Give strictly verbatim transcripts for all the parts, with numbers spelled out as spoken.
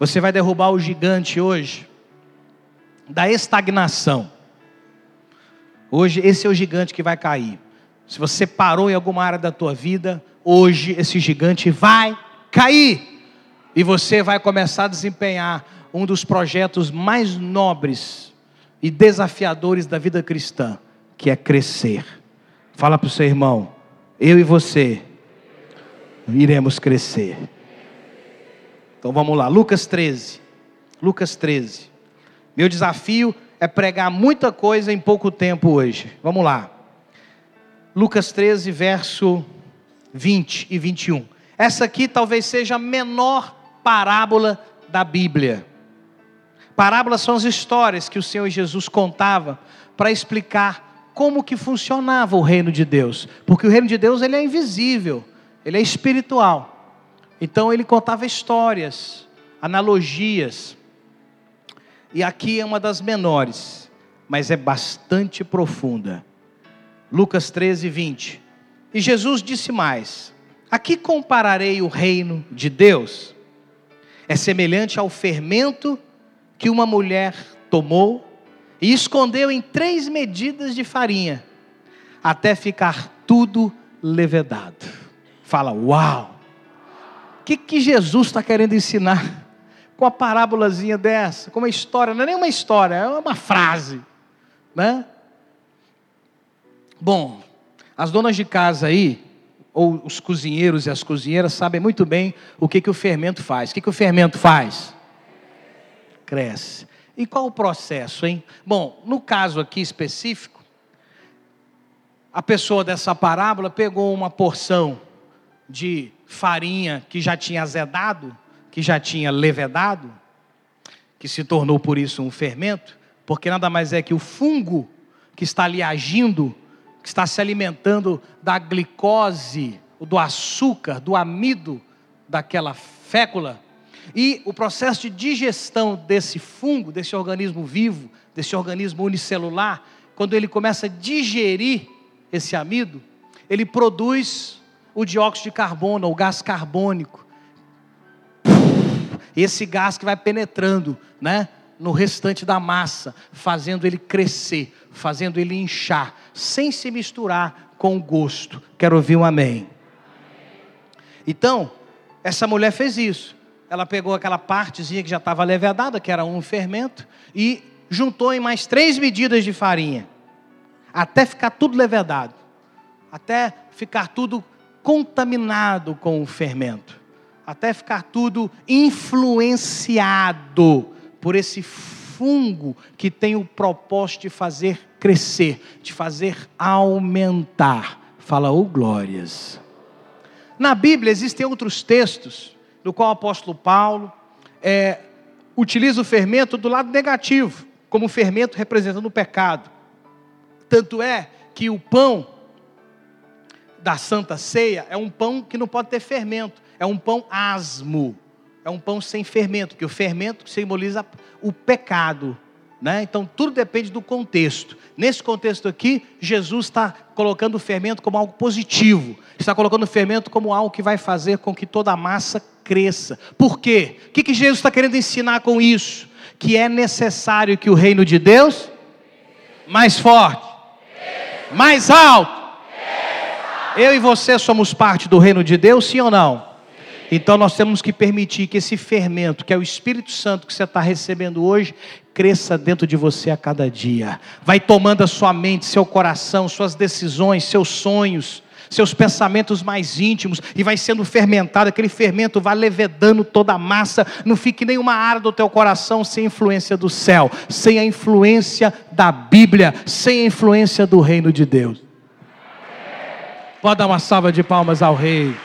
Você vai derrubar o gigante hoje da estagnação. Hoje esse é o gigante que vai cair. Se você parou em alguma área da tua vida, hoje esse gigante vai cair. E você vai começar a desempenhar um dos projetos mais nobres e desafiadores da vida cristã, que é crescer. Fala para o seu irmão, eu e você iremos crescer. Então vamos lá, Lucas treze. Lucas treze. Meu desafio é pregar muita coisa em pouco tempo hoje. Vamos lá. Lucas treze, verso vinte e vinte e um. Essa aqui talvez seja a menor parábola da Bíblia. Parábolas são as histórias que o Senhor Jesus contava para explicar como que funcionava o reino de Deus. Porque o reino de Deus ele é invisível, ele é espiritual. Então ele contava histórias, analogias. E aqui é uma das menores, mas é bastante profunda. Lucas treze, vinte. E Jesus disse mais: a que compararei o reino de Deus? É semelhante ao fermento que uma mulher tomou e escondeu em três medidas de farinha, até ficar tudo levedado. Fala, uau! O que, que Jesus está querendo ensinar com a parábolazinha dessa? Com uma história, não é nem uma história, é uma frase, né? Bom, as donas de casa aí, ou os cozinheiros e as cozinheiras sabem muito bem o que, que o fermento faz. O que, que o fermento faz? Cresce. E qual o processo, hein? Bom, no caso aqui específico, a pessoa dessa parábola pegou uma porção de farinha que já tinha azedado, que já tinha levedado, que se tornou por isso um fermento, porque nada mais é que o fungo que está ali agindo, que está se alimentando da glicose, do açúcar, do amido daquela fécula. E o processo de digestão desse fungo, desse organismo vivo, desse organismo unicelular, quando ele começa a digerir esse amido, ele produz o dióxido de carbono, o gás carbônico. Esse gás que vai penetrando, né, no restante da massa, fazendo ele crescer, fazendo ele inchar, sem se misturar com o gosto. Quero ouvir um amém. Então, essa mulher fez isso. Ela pegou aquela partezinha que já estava levedada, que era um fermento, e juntou em mais três medidas de farinha, até ficar tudo levedado, até ficar tudo contaminado com o fermento, até ficar tudo influenciado por esse fungo que tem o propósito de fazer crescer, de fazer aumentar. Fala, ô glórias. Na Bíblia existem outros textos, no qual o apóstolo Paulo é, utiliza o fermento do lado negativo, como o fermento representando o pecado. Tanto é que o pão da Santa Ceia é um pão que não pode ter fermento, é um pão asmo, é um pão sem fermento, que o fermento simboliza o pecado, né? Então tudo depende do contexto. Nesse contexto aqui, Jesus está colocando o fermento como algo positivo, está colocando o fermento como algo que vai fazer com que toda a massa cresça. Por quê? O que, que Jesus está querendo ensinar com isso? Que é necessário que o reino de Deus, mais forte, mais alto, eu e você somos parte do reino de Deus, sim ou não? Então nós temos que permitir que esse fermento, que é o Espírito Santo que você está recebendo hoje, cresça dentro de você a cada dia. Vai tomando a sua mente, seu coração, suas decisões, seus sonhos, seus pensamentos mais íntimos, e vai sendo fermentado. Aquele fermento vai levedando toda a massa. Não fique nenhuma área do teu coração sem a influência do céu, sem a influência da Bíblia, sem a influência do reino de Deus. Pode dar uma salva de palmas ao Rei.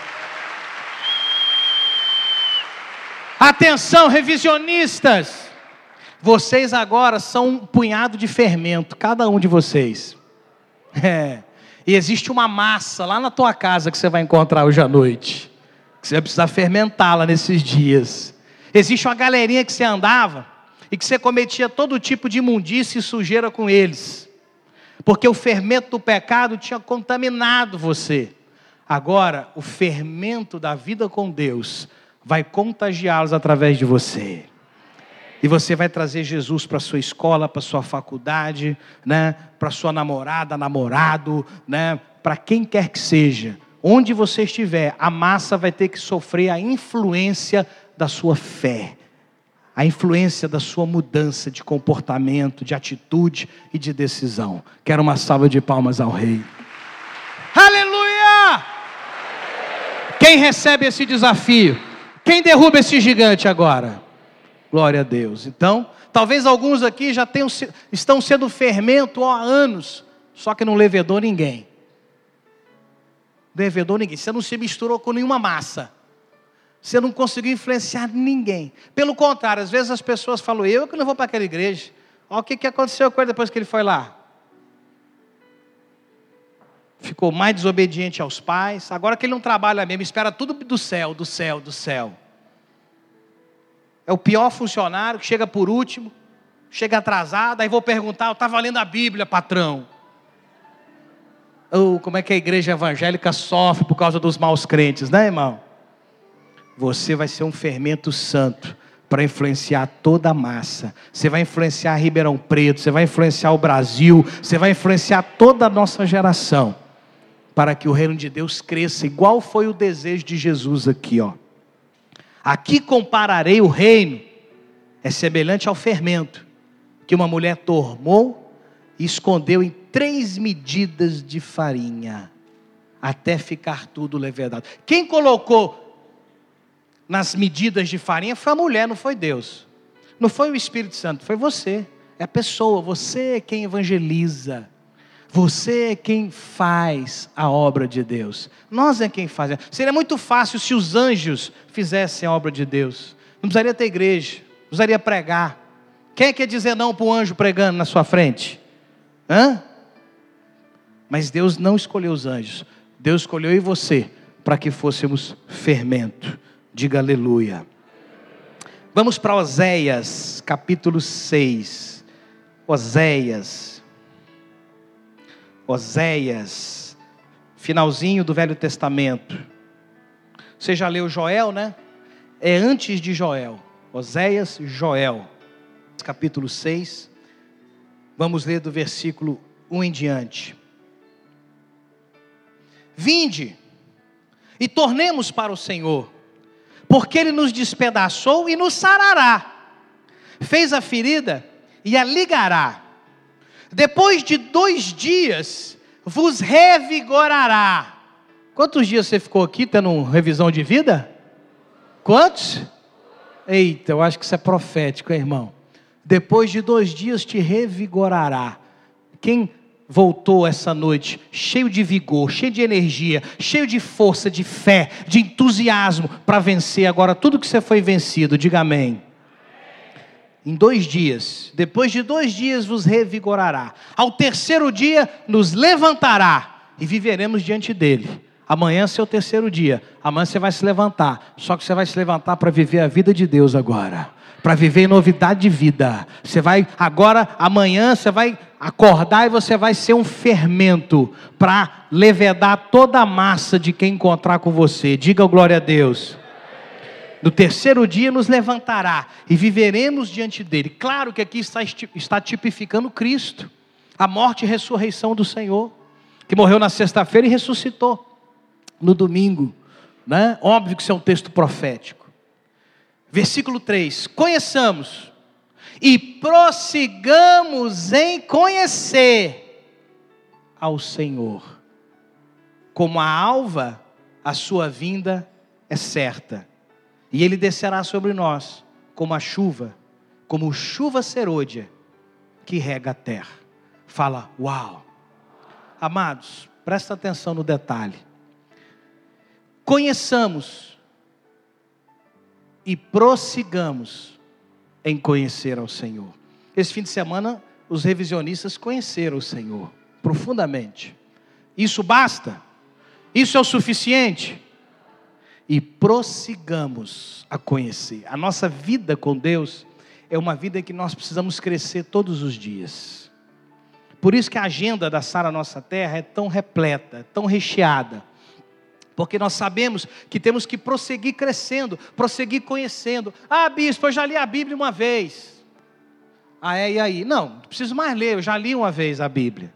Atenção, revisionistas, vocês agora são um punhado de fermento, cada um de vocês. É. E existe uma massa lá na tua casa que você vai encontrar hoje à noite, que você vai precisar fermentá-la nesses dias. Existe uma galerinha que você andava e que você cometia todo tipo de imundície e sujeira com eles, porque o fermento do pecado tinha contaminado você. Agora, o fermento da vida com Deus vai contagiá-los através de você. E você vai trazer Jesus para a sua escola, para a sua faculdade, né? Para a sua namorada, namorado, né? Para quem quer que seja. Onde você estiver, a massa vai ter que sofrer a influência da sua fé. A influência da sua mudança de comportamento, de atitude e de decisão. Quero uma salva de palmas ao Rei. Aleluia! Quem recebe esse desafio? Quem derruba esse gigante agora? Glória a Deus. Então, talvez alguns aqui já tenham, estão sendo fermento há anos, só que não levedou ninguém. Não levedou ninguém. Você não se misturou com nenhuma massa. Você não conseguiu influenciar ninguém. Pelo contrário, às vezes as pessoas falam, eu que não vou para aquela igreja. Olha o que, que aconteceu com ele depois que ele foi lá. Ficou mais desobediente aos pais. Agora que ele não trabalha mesmo, espera tudo do céu, do céu, do céu. É o pior funcionário que chega por último, chega atrasado, aí vou perguntar, eu estava lendo a Bíblia, patrão. Ou como é que a igreja evangélica sofre por causa dos maus crentes, né, irmão? Você vai ser um fermento santo para influenciar toda a massa. Você vai influenciar Ribeirão Preto, você vai influenciar o Brasil, você vai influenciar toda a nossa geração, para que o reino de Deus cresça, igual foi o desejo de Jesus aqui, ó. Aqui compararei o reino, é semelhante ao fermento, que uma mulher tomou e escondeu em três medidas de farinha, até ficar tudo levedado. Quem colocou nas medidas de farinha foi a mulher, não foi Deus. Não foi o Espírito Santo, foi você. É a pessoa, você é quem evangeliza. Você é quem faz a obra de Deus. Nós é quem faz. Seria muito fácil se os anjos fizessem a obra de Deus. Não precisaria ter igreja, não precisaria pregar. Quem quer dizer não para um anjo pregando na sua frente? Hã? Mas Deus não escolheu os anjos. Deus escolheu eu e você para que fôssemos fermento. Diga aleluia. Vamos para Oséias, capítulo seis. Oséias. Oséias, finalzinho do Velho Testamento. Você já leu Joel, né? É antes de Joel. Oséias, Joel, capítulo seis. Vamos ler do versículo um em diante. Vinde e tornemos para o Senhor, porque Ele nos despedaçou e nos sarará. Fez a ferida e a ligará. Depois de dois dias, vos revigorará. Quantos dias você ficou aqui tendo revisão de vida? Quantos? Eita, eu acho que isso é profético, hein, irmão? Depois de dois dias te revigorará. Quem voltou essa noite cheio de vigor, cheio de energia, cheio de força, de fé, de entusiasmo para vencer agora tudo que você foi vencido? Diga amém. Em dois dias, depois de dois dias vos revigorará. Ao terceiro dia nos levantará e viveremos diante dele. Amanhã é seu terceiro dia. Amanhã você vai se levantar. Só que você vai se levantar para viver a vida de Deus agora. Para viver em novidade de vida. Você vai agora, amanhã você vai acordar e você vai ser um fermento para levedar toda a massa de quem encontrar com você. Diga glória a Deus. No terceiro dia nos levantará e viveremos diante dele. Claro que aqui está, está tipificando Cristo, a morte e ressurreição do Senhor, que morreu na sexta-feira e ressuscitou no domingo, né? Óbvio que isso é um texto profético. Versículo três: conheçamos e prossigamos em conhecer ao Senhor. Como a alva, a sua vinda é certa. E Ele descerá sobre nós, como a chuva, como chuva serôdia, que rega a terra. Fala, uau! Amados, presta atenção no detalhe. Conheçamos e prossigamos em conhecer ao Senhor. Esse fim de semana, os revisionistas conheceram o Senhor profundamente. Isso basta? Isso é o suficiente? E prossigamos a conhecer. A nossa vida com Deus é uma vida que nós precisamos crescer todos os dias. Por isso que a agenda da Sara Nossa Terra é tão repleta, tão recheada. Porque nós sabemos que temos que prosseguir crescendo, prosseguir conhecendo. Ah, bispo, eu já li a Bíblia uma vez. Ah, é, e aí? Não, não preciso mais ler, eu já li uma vez a Bíblia.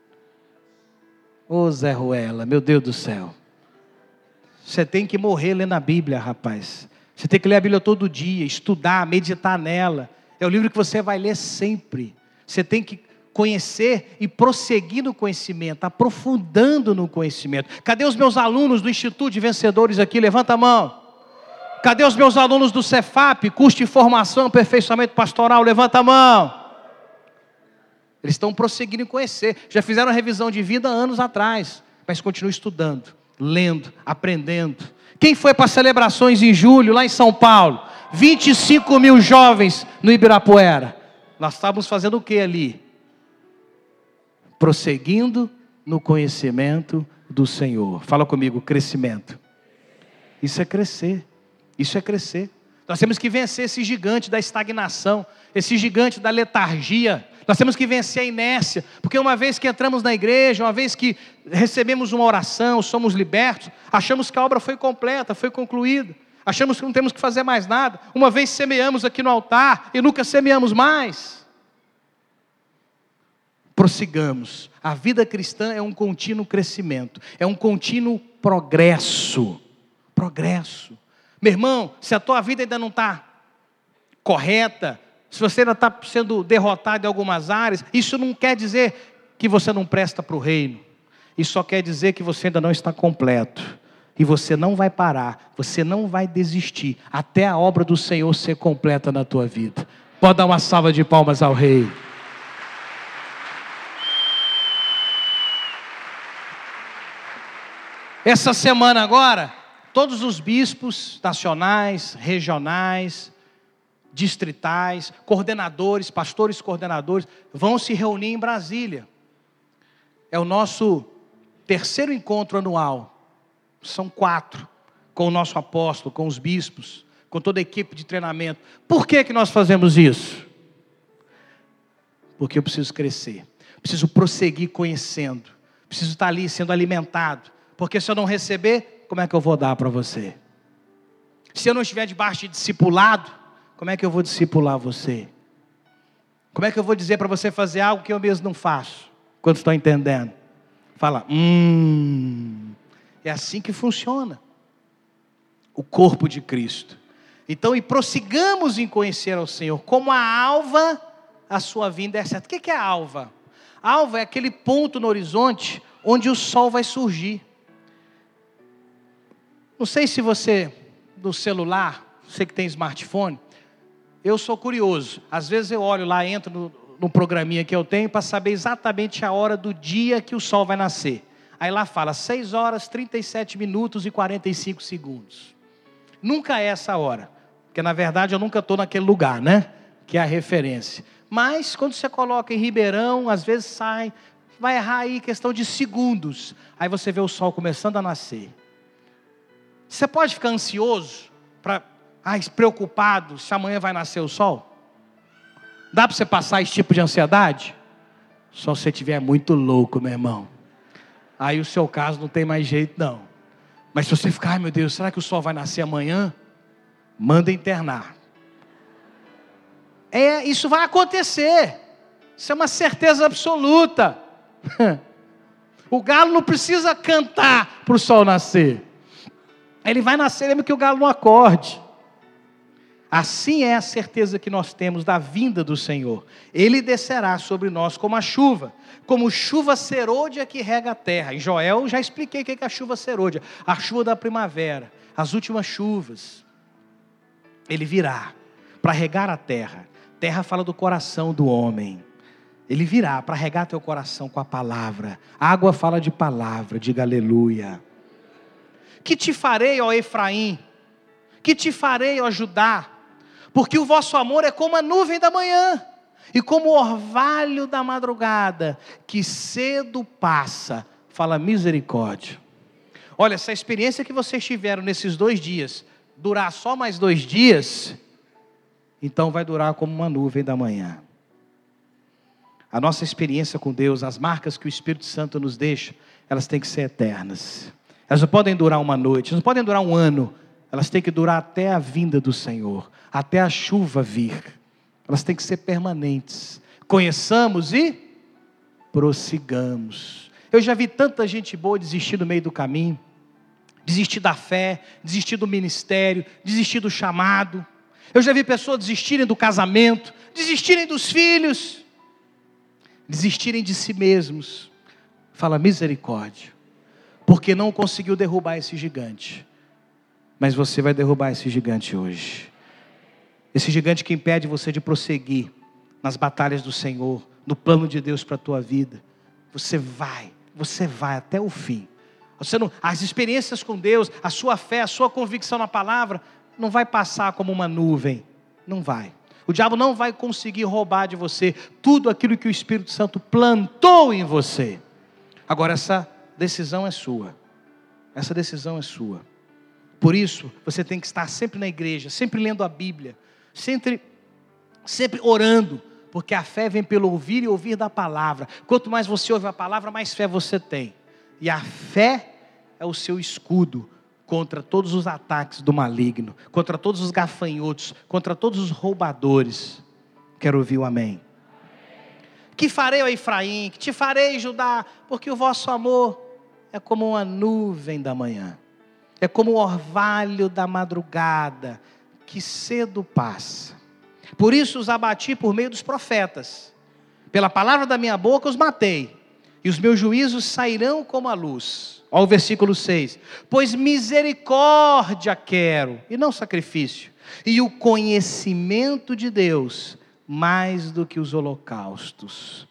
Ô Zé Ruela, meu Deus do céu. Você tem que morrer lendo a Bíblia, rapaz. Você tem que ler a Bíblia todo dia, estudar, meditar nela. É o livro que você vai ler sempre. Você tem que conhecer e prosseguir no conhecimento, aprofundando no conhecimento. Cadê os meus alunos do Instituto de Vencedores aqui? Levanta a mão. Cadê os meus alunos do Cefap, curso de formação, aperfeiçoamento pastoral? Levanta a mão. Eles estão prosseguindo em conhecer. Já fizeram a revisão de vida anos atrás, mas continuam estudando, lendo, aprendendo. Quem foi para as celebrações em julho, lá em São Paulo? vinte e cinco mil jovens no Ibirapuera. Nós estávamos fazendo o que ali? Prosseguindo no conhecimento do Senhor. Fala comigo, crescimento. Isso é crescer. Isso é crescer. Nós temos que vencer esse gigante da estagnação, esse gigante da letargia. Nós temos que vencer a inércia, porque uma vez que entramos na igreja, uma vez que recebemos uma oração, somos libertos, achamos que a obra foi completa, foi concluída. Achamos que não temos que fazer mais nada. Uma vez semeamos aqui no altar e nunca semeamos mais. Prossigamos. A vida cristã é um contínuo crescimento, é um contínuo progresso. Progresso. Meu irmão, se a tua vida ainda não está correta, se você ainda está sendo derrotado em algumas áreas, isso não quer dizer que você não presta para o reino. Isso só quer dizer que você ainda não está completo. E você não vai parar, você não vai desistir, até a obra do Senhor ser completa na tua vida. Pode dar uma salva de palmas ao Rei. Essa semana agora, todos os bispos nacionais, regionais, distritais, coordenadores, pastores coordenadores, vão se reunir em Brasília. É o nosso terceiro encontro anual. São quatro, com o nosso apóstolo, com os bispos, com toda a equipe de treinamento. Por que que nós fazemos isso? Porque eu preciso crescer, preciso prosseguir conhecendo, preciso estar ali sendo alimentado. Porque se eu não receber, como é que eu vou dar para você? Se eu não estiver debaixo de discipulado, como é que eu vou discipular você? Como é que eu vou dizer para você fazer algo que eu mesmo não faço? Quando estou entendendo? Fala, hum... É assim que funciona o corpo de Cristo. Então, e prossigamos em conhecer ao Senhor. Como a alva, a sua vinda é certa. O que é a alva? A alva é aquele ponto no horizonte onde o sol vai surgir. Não sei se você, no celular, você que tem smartphone, eu sou curioso. Às vezes eu olho lá, entro no, no programinha que eu tenho para saber exatamente a hora do dia que o sol vai nascer. Aí lá fala seis horas, trinta e sete minutos e quarenta e cinco segundos. Nunca é essa hora. Porque na verdade eu nunca estou naquele lugar, né? Que é a referência. Mas quando você coloca em Ribeirão, às vezes sai, vai errar aí questão de segundos. Aí você vê o sol começando a nascer. Você pode ficar ansioso, pra, ah, preocupado se amanhã vai nascer o sol? Dá para você passar esse tipo de ansiedade? Só se você estiver muito louco, meu irmão. Aí o seu caso não tem mais jeito não. Mas se você ficar, ai meu Deus, será que o sol vai nascer amanhã? Manda internar. É, isso vai acontecer. Isso é uma certeza absoluta. O galo não precisa cantar para o sol nascer. Ele vai nascer mesmo que o galo não acorde. Assim é a certeza que nós temos da vinda do Senhor. Ele descerá sobre nós como a chuva, como chuva serôdia que rega a terra. Em Joel já expliquei o que é a chuva serôdia. A chuva da primavera, as últimas chuvas. Ele virá para regar a terra. Terra fala do coração do homem. Ele virá para regar teu coração com a palavra. Água fala de palavra, diga aleluia. Que te farei, ó Efraim? Que te farei, ó Judá? Porque o vosso amor é como a nuvem da manhã, e como o orvalho da madrugada, que cedo passa. Fala misericórdia. Olha, essa experiência que vocês tiveram nesses dois dias, durar só mais dois dias, então vai durar como uma nuvem da manhã. A nossa experiência com Deus, as marcas que o Espírito Santo nos deixa, elas têm que ser eternas. Elas não podem durar uma noite, não podem durar um ano. Elas têm que durar até a vinda do Senhor, até a chuva vir. Elas têm que ser permanentes. Conheçamos e prossigamos. Eu já vi tanta gente boa desistir no meio do caminho, desistir da fé, desistir do ministério, desistir do chamado. Eu já vi pessoas desistirem do casamento, desistirem dos filhos, desistirem de si mesmos. Fala misericórdia, porque não conseguiu derrubar esse gigante. Mas você vai derrubar esse gigante hoje. Esse gigante que impede você de prosseguir nas batalhas do Senhor, no plano de Deus para a tua vida. Você vai, você vai até o fim. Você não, as experiências com Deus, a sua fé, a sua convicção na palavra, não vai passar como uma nuvem. Não vai. O diabo não vai conseguir roubar de você tudo aquilo que o Espírito Santo plantou em você. Agora essa decisão é sua. Essa decisão é sua. Por isso, você tem que estar sempre na igreja, sempre lendo a Bíblia, sempre, sempre orando, porque a fé vem pelo ouvir e ouvir da palavra. Quanto mais você ouve a palavra, mais fé você tem. E a fé é o seu escudo contra todos os ataques do maligno, contra todos os gafanhotos, contra todos os roubadores. Quero ouvir o amém. Que farei, ó Efraim, que te farei, Judá, porque o vosso amor é como uma nuvem da manhã, é como o orvalho da madrugada, que cedo passa. Por isso os abati por meio dos profetas, pela palavra da minha boca os matei, e os meus juízos sairão como a luz. Olha o versículo seis. Pois misericórdia quero, e não sacrifício, e o conhecimento de Deus, mais do que os holocaustos.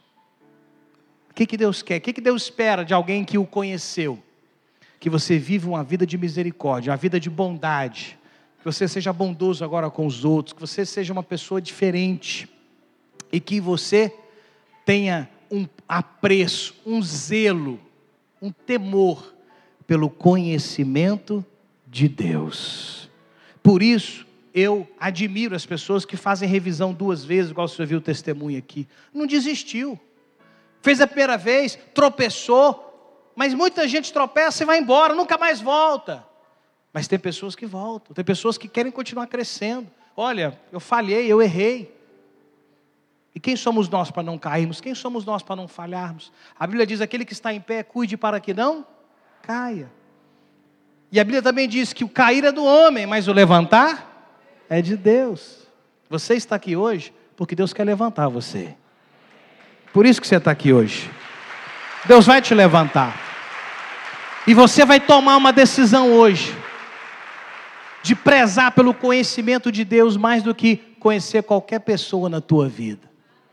O que que Deus quer? O que que Deus espera de alguém que o conheceu? Que você viva uma vida de misericórdia, uma vida de bondade, que você seja bondoso agora com os outros, que você seja uma pessoa diferente, e que você tenha um apreço, um zelo, um temor pelo conhecimento de Deus. Por isso, eu admiro as pessoas que fazem revisão duas vezes, igual você viu o testemunho aqui. Não desistiu. Fez a primeira vez, tropeçou, mas muita gente tropeça e vai embora, nunca mais volta. Mas tem pessoas que voltam, tem pessoas que querem continuar crescendo. Olha, eu falhei, eu errei. E quem somos nós para não cairmos? Quem somos nós para não falharmos? A Bíblia diz, aquele que está em pé, cuide para que não caia. E a Bíblia também diz que o cair é do homem, mas o levantar é de Deus. Você está aqui hoje porque Deus quer levantar você. Por isso que você está aqui hoje. Deus vai te levantar. E você vai tomar uma decisão hoje de prezar pelo conhecimento de Deus mais do que conhecer qualquer pessoa na tua vida.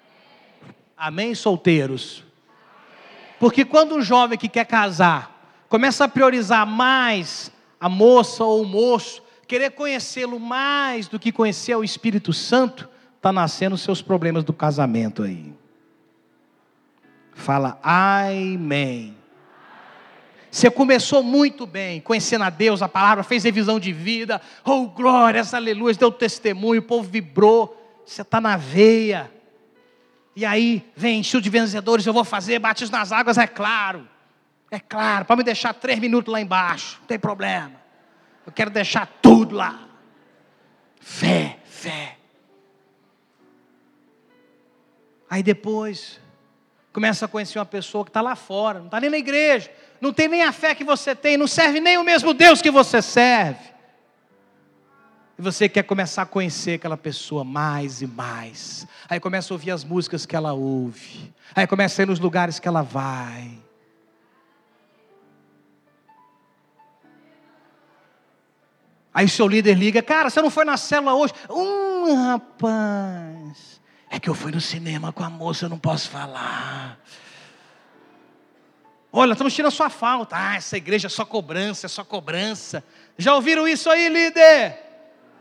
Amém, solteiros? Porque quando um jovem que quer casar começa a priorizar mais a moça ou o moço, querer conhecê-lo mais do que conhecer o Espírito Santo, está nascendo os seus problemas do casamento aí. Fala amém. Você começou muito bem, conhecendo a Deus, a palavra, fez revisão de vida, oh glórias, aleluia, deu testemunho, o povo vibrou, você está na veia. E aí, vem, enxuto de vencedores, eu vou fazer, batismo nas águas, é claro. É claro, para me deixar três minutos lá embaixo, não tem problema. Eu quero deixar tudo lá. Fé, fé. Aí depois, começa a conhecer uma pessoa que está lá fora, não está nem na igreja, não tem nem a fé que você tem, não serve nem o mesmo Deus que você serve. E você quer começar a conhecer aquela pessoa mais e mais. Aí começa a ouvir as músicas que ela ouve. Aí começa a ir nos lugares que ela vai. Aí o seu líder liga, cara, você não foi na célula hoje? Hum, rapaz, é que eu fui no cinema com a moça, eu não posso falar. Olha, estamos tirando a sua falta. Ah, essa igreja é só cobrança, é só cobrança. Já ouviram isso aí, líder?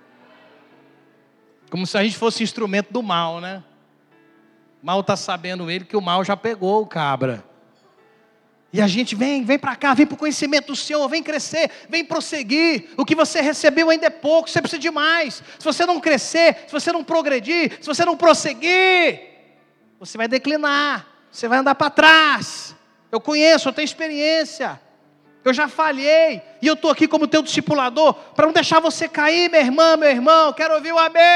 Como se a gente fosse instrumento do mal, né? Mal está sabendo ele que o mal já pegou o cabra. E a gente vem, vem para cá, vem para o conhecimento do Senhor, vem crescer, vem prosseguir. O que você recebeu ainda é pouco, você precisa de mais. Se você não crescer, se você não progredir, se você não prosseguir, você vai declinar, você vai andar para trás. Eu conheço, eu tenho experiência. eu já falhei, e eu estou aqui como teu discipulador, para não deixar você cair, minha irmã, meu irmão, quero ouvir o amém.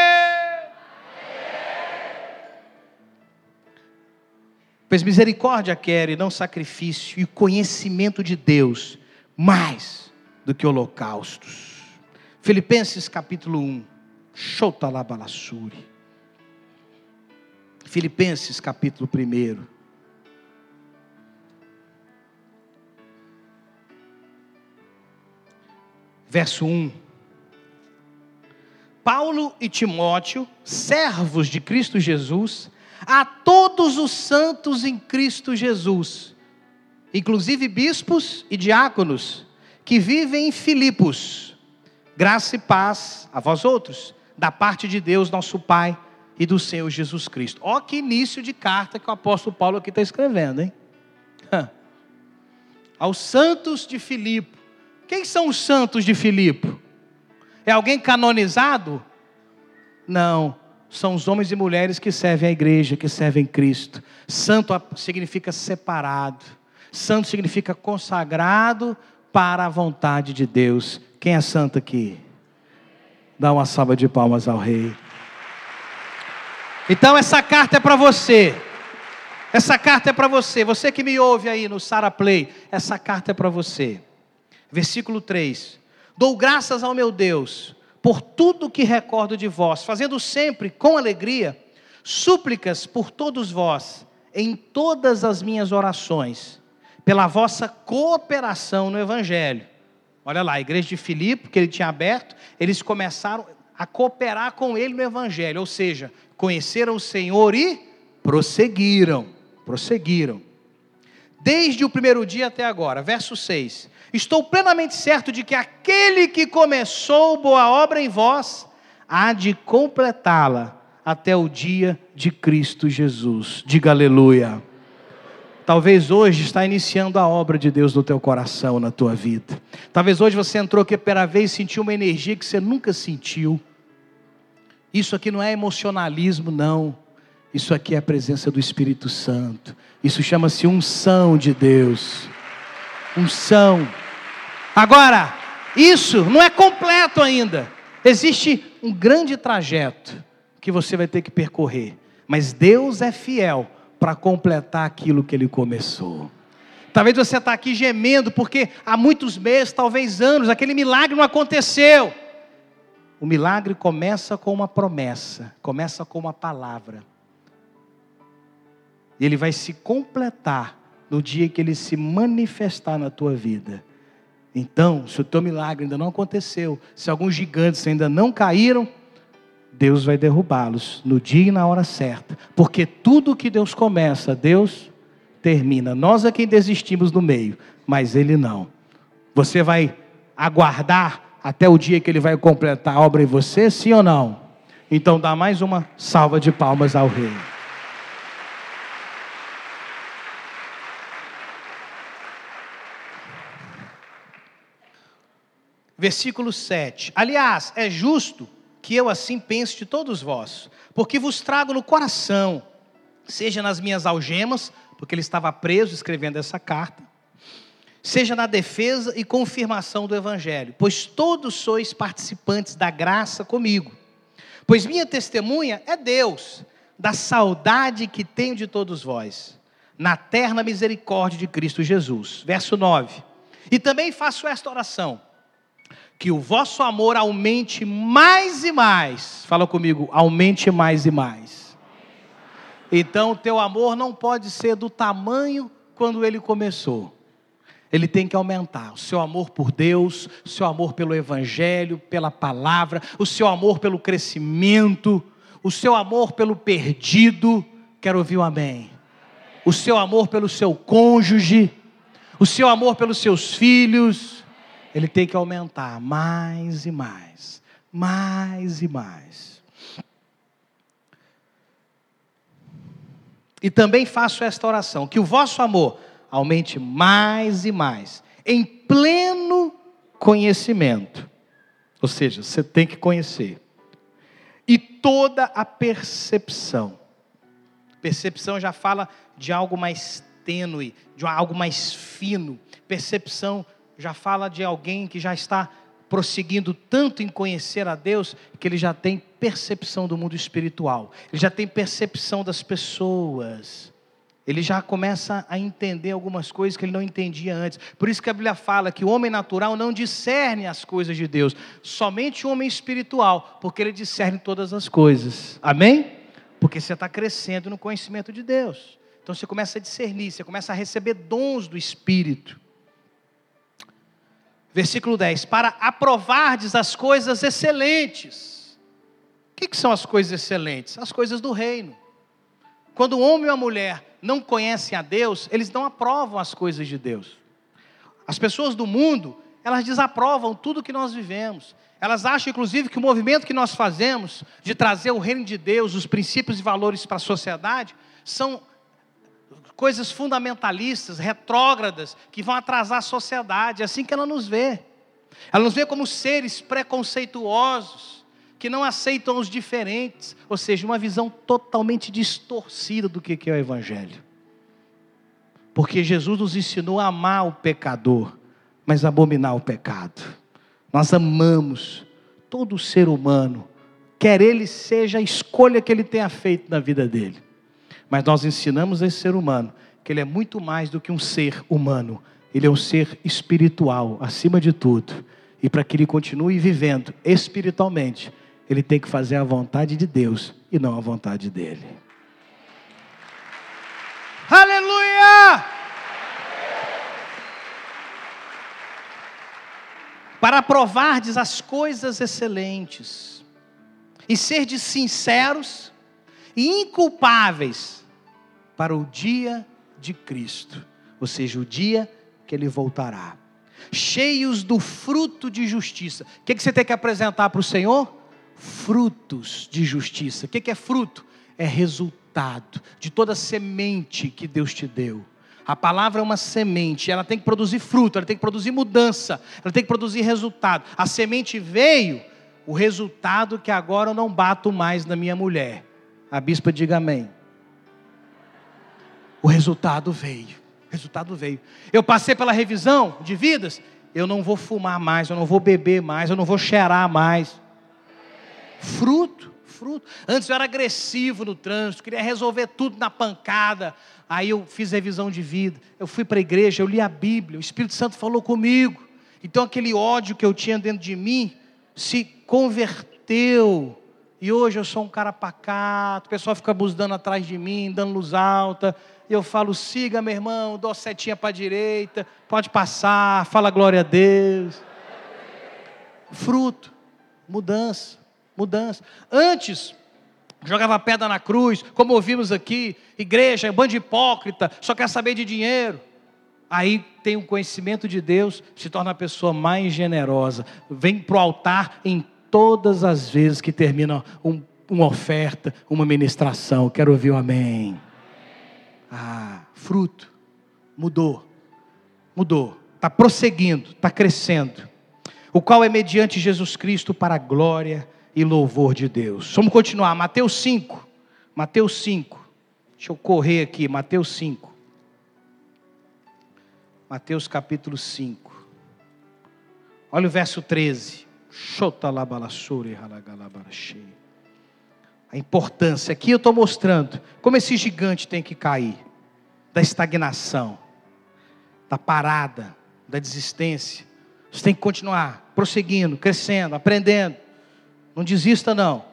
Pois misericórdia quero e não sacrifício, e conhecimento de Deus, mais do que holocaustos. Filipenses capítulo um, Shotalabalassuri. Filipenses capítulo um. Verso um. Paulo e Timóteo, servos de Cristo Jesus, a todos os santos em Cristo Jesus, inclusive bispos e diáconos, que vivem em Filipos, graça e paz a vós outros, da parte de Deus nosso Pai e do Senhor Jesus Cristo. Ó que início de carta que o apóstolo Paulo aqui está escrevendo, hein? Aos santos de Filipe. Quem são os santos de Filipe? É alguém canonizado? Não, são os homens e mulheres que servem a igreja, que servem Cristo. Santo significa separado, santo significa consagrado para a vontade de Deus. Quem é santo aqui? Dá uma salva de palmas ao Rei. Então essa carta é para você. Essa carta é para você. Você que me ouve aí no Sara Play, essa carta é para você. Versículo três. Dou graças ao meu Deus por tudo que recordo de vós, fazendo sempre com alegria súplicas por todos vós, em todas as minhas orações, pela vossa cooperação no Evangelho. Olha lá, a igreja de Filipe, que ele tinha aberto, eles começaram a cooperar com ele no Evangelho, ou seja, conheceram o Senhor e prosseguiram, prosseguiram. Desde o primeiro dia até agora, verso seis. Estou plenamente certo de que aquele que começou boa obra em vós, há de completá-la até o dia de Cristo Jesus. Diga aleluia. Talvez hoje está iniciando a obra de Deus no teu coração, na tua vida. Talvez hoje você entrou aqui pela vez e sentiu uma energia que você nunca sentiu. Isso aqui não é emocionalismo, não. Isso aqui é a presença do Espírito Santo. Isso chama-se unção de Deus. Unção. Agora, isso não é completo ainda. Existe um grande trajeto que você vai ter que percorrer. Mas Deus é fiel para completar aquilo que Ele começou. Talvez você está aqui gemendo, porque há muitos meses, talvez anos, aquele milagre não aconteceu. O milagre começa com uma promessa, começa com uma palavra. E ele vai se completar no dia que ele se manifestar na tua vida. Então, se o teu milagre ainda não aconteceu, se alguns gigantes ainda não caíram, Deus vai derrubá-los no dia e na hora certa. Porque tudo que Deus começa, Deus termina. Nós é quem desistimos no meio, mas Ele não. Você vai aguardar até o dia que Ele vai completar a obra em você, sim ou não? Então dá mais uma salva de palmas ao Rei. Versículo sete. Aliás, é justo que eu assim pense de todos vós, porque vos trago no coração, seja nas minhas algemas, porque ele estava preso escrevendo essa carta, seja na defesa e confirmação do Evangelho, pois todos sois participantes da graça comigo. Pois minha testemunha é Deus, da saudade que tenho de todos vós, na terna misericórdia de Cristo Jesus. Verso nove. E também faço esta oração, que o vosso amor aumente mais e mais. Fala comigo, aumente mais e mais. Então o teu amor não pode ser do tamanho quando ele começou. Ele tem que aumentar. O seu amor por Deus, o seu amor pelo Evangelho, pela palavra, o seu amor pelo crescimento, o seu amor pelo perdido. Quero ouvir um amém. O seu amor pelo seu cônjuge, o seu amor pelos seus filhos. Ele tem que aumentar mais e mais, mais e mais. E também faço esta oração, que o vosso amor aumente mais e mais, em pleno conhecimento. Ou seja, você tem que conhecer. E toda a percepção. Percepção já fala de algo mais tênue, de algo mais fino. Percepção já fala de alguém que já está prosseguindo tanto em conhecer a Deus, que ele já tem percepção do mundo espiritual, ele já tem percepção das pessoas, ele já começa a entender algumas coisas que ele não entendia antes. Por isso que a Bíblia fala que o homem natural não discerne as coisas de Deus, somente o homem espiritual, porque ele discerne todas as coisas. Amém? Porque você está crescendo no conhecimento de Deus. Então você começa a discernir, você começa a receber dons do Espírito. Versículo dez, para aprovardes as coisas excelentes. O que, que são as coisas excelentes? As coisas do reino. Quando o homem ou a mulher não conhecem a Deus, eles não aprovam as coisas de Deus. As pessoas do mundo, elas desaprovam tudo que nós vivemos. Elas acham, inclusive, que o movimento que nós fazemos de trazer o reino de Deus, os princípios e valores para a sociedade, são coisas fundamentalistas, retrógradas, que vão atrasar a sociedade. É assim que ela nos vê. Ela nos vê como seres preconceituosos, que não aceitam os diferentes, ou seja, uma visão totalmente distorcida do que é o Evangelho. Porque Jesus nos ensinou a amar o pecador, mas abominar o pecado. Nós amamos todo ser humano, quer ele seja a escolha que ele tenha feito na vida dele. Mas nós ensinamos a esse ser humano que ele é muito mais do que um ser humano. Ele é um ser espiritual, acima de tudo. E para que ele continue vivendo espiritualmente, ele tem que fazer a vontade de Deus e não a vontade dele. Aleluia! Para aprovardes as coisas excelentes, e serdes sinceros e inculpáveis para o dia de Cristo, ou seja, o dia que Ele voltará, cheios do fruto de justiça. O que, que você tem que apresentar para o Senhor? Frutos de justiça. O que, que é fruto? É resultado de toda semente que Deus te deu. A palavra é uma semente, ela tem que produzir fruto, ela tem que produzir mudança, ela tem que produzir resultado. A semente veio, o resultado que agora eu não bato mais na minha mulher. A bispa diga amém. O resultado veio, o resultado veio. Eu passei pela revisão de vidas, eu não vou fumar mais, eu não vou beber mais, eu não vou cheirar mais. Fruto, fruto. Antes eu era agressivo no trânsito, queria resolver tudo na pancada. Aí eu fiz revisão de vida, eu fui para a igreja, eu li a Bíblia, o Espírito Santo falou comigo. Então aquele ódio que eu tinha dentro de mim se converteu. E hoje eu sou um cara pacato, o pessoal fica buzinando atrás de mim, dando luz alta. E eu falo, siga meu irmão, dou setinha para a direita, pode passar, fala glória a Deus. Fruto, mudança, mudança. Antes, jogava pedra na cruz, como ouvimos aqui, igreja, é um bando de hipócrita, só quer saber de dinheiro. Aí tem o conhecimento de Deus, se torna a pessoa mais generosa, vem para o altar em todas as vezes que termina um, uma oferta, uma ministração. Quero ouvir o amém. Ah, fruto, mudou, mudou, está prosseguindo, está crescendo, o qual é mediante Jesus Cristo para a glória e louvor de Deus. Vamos continuar, Mateus cinco, Mateus cinco, deixa eu correr aqui, Mateus cinco, Mateus capítulo cinco, olha o verso treze, a importância, aqui eu estou mostrando como esse gigante tem que cair, da estagnação, da parada, da desistência. Você tem que continuar, prosseguindo, crescendo, aprendendo, não desista não.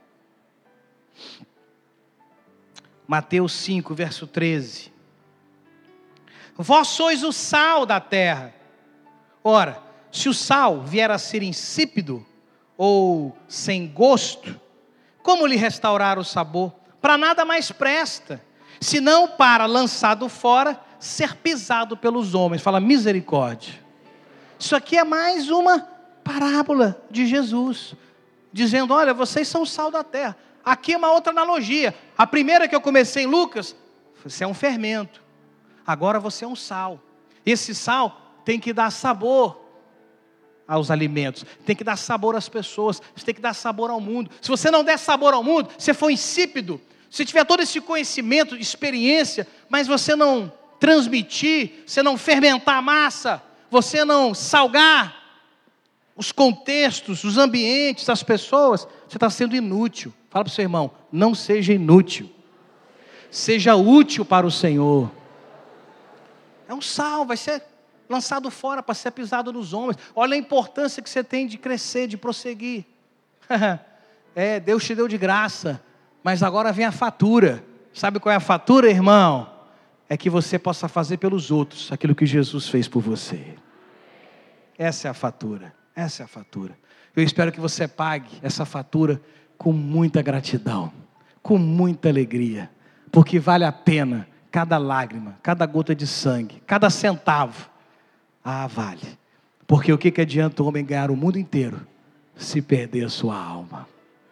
Mateus cinco, verso treze, vós sois o sal da terra. Ora, se o sal vier a ser insípido ou sem gosto, como lhe restaurar o sabor? Para nada mais presta, senão para, lançado fora, ser pisado pelos homens. Fala misericórdia. Isso aqui é mais uma parábola de Jesus, dizendo, olha, vocês são o sal da terra. Aqui é uma outra analogia. A primeira que eu comecei em Lucas, você é um fermento. Agora você é um sal. Esse sal tem que dar sabor aos alimentos, tem que dar sabor às pessoas, você tem que dar sabor ao mundo. Se você não der sabor ao mundo, você for insípido. Se tiver todo esse conhecimento, experiência, mas você não transmitir, você não fermentar a massa, você não salgar os contextos, os ambientes, as pessoas, você está sendo inútil. Fala para o seu irmão, não seja inútil. Seja útil para o Senhor. É um sal, vai ser lançado fora para ser pisado nos ombros. Olha a importância que você tem de crescer, de prosseguir. É, Deus te deu de graça, mas agora vem a fatura. Sabe qual é a fatura, irmão? É que você possa fazer pelos outros aquilo que Jesus fez por você. Essa é a fatura, essa é a fatura. Eu espero que você pague essa fatura com muita gratidão, com muita alegria, porque vale a pena cada lágrima, cada gota de sangue, cada centavo. Ah, vale. Porque o que, que adianta o homem ganhar o mundo inteiro se perder a sua alma?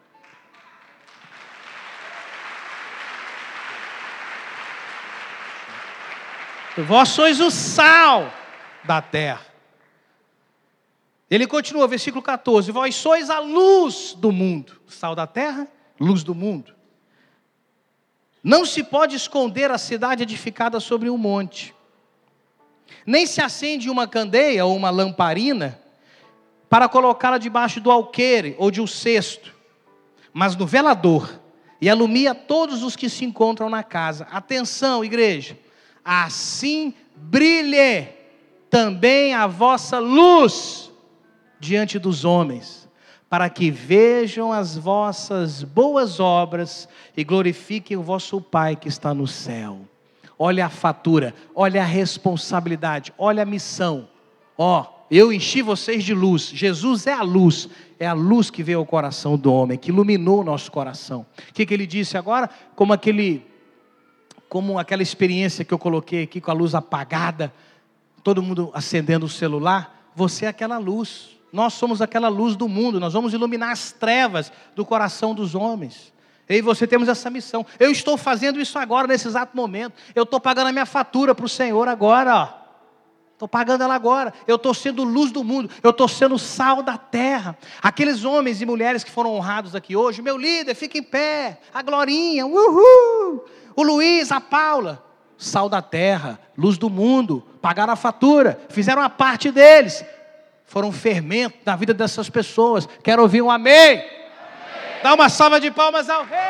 Vós sois o sal da terra. Ele continua, versículo catorze. Vós sois a luz do mundo. Sal da terra, luz do mundo. Não se pode esconder a cidade edificada sobre um monte. Nem se acende uma candeia ou uma lamparina para colocá-la debaixo do alqueire ou de um cesto, mas no velador, e alumia todos os que se encontram na casa. Atenção, igreja. Assim brilhe também a vossa luz diante dos homens, para que vejam as vossas boas obras e glorifiquem o vosso Pai que está no céu. Olha a fatura, olha a responsabilidade, olha a missão. Ó, eu enchi vocês de luz. Jesus é a luz, é a luz que veio ao coração do homem, que iluminou o nosso coração. O que, que ele disse agora? Como aquele, como aquela experiência que eu coloquei aqui com a luz apagada, todo mundo acendendo o celular. Você é aquela luz. Nós somos aquela luz do mundo. Nós vamos iluminar as trevas do coração dos homens. Eu e você temos essa missão. Eu estou fazendo isso agora, nesse exato momento. Eu estou pagando a minha fatura para o Senhor agora, ó. Estou pagando ela agora. Eu estou sendo luz do mundo. Eu estou sendo sal da terra. Aqueles homens e mulheres que foram honrados aqui hoje. Meu líder, fica em pé. A Glorinha, uhul. O Luiz, a Paula. Sal da terra, luz do mundo. Pagaram a fatura. Fizeram a parte deles. Foram um fermento na vida dessas pessoas. Quero ouvir um amém. Amém. Dá uma salva de palmas ao rei.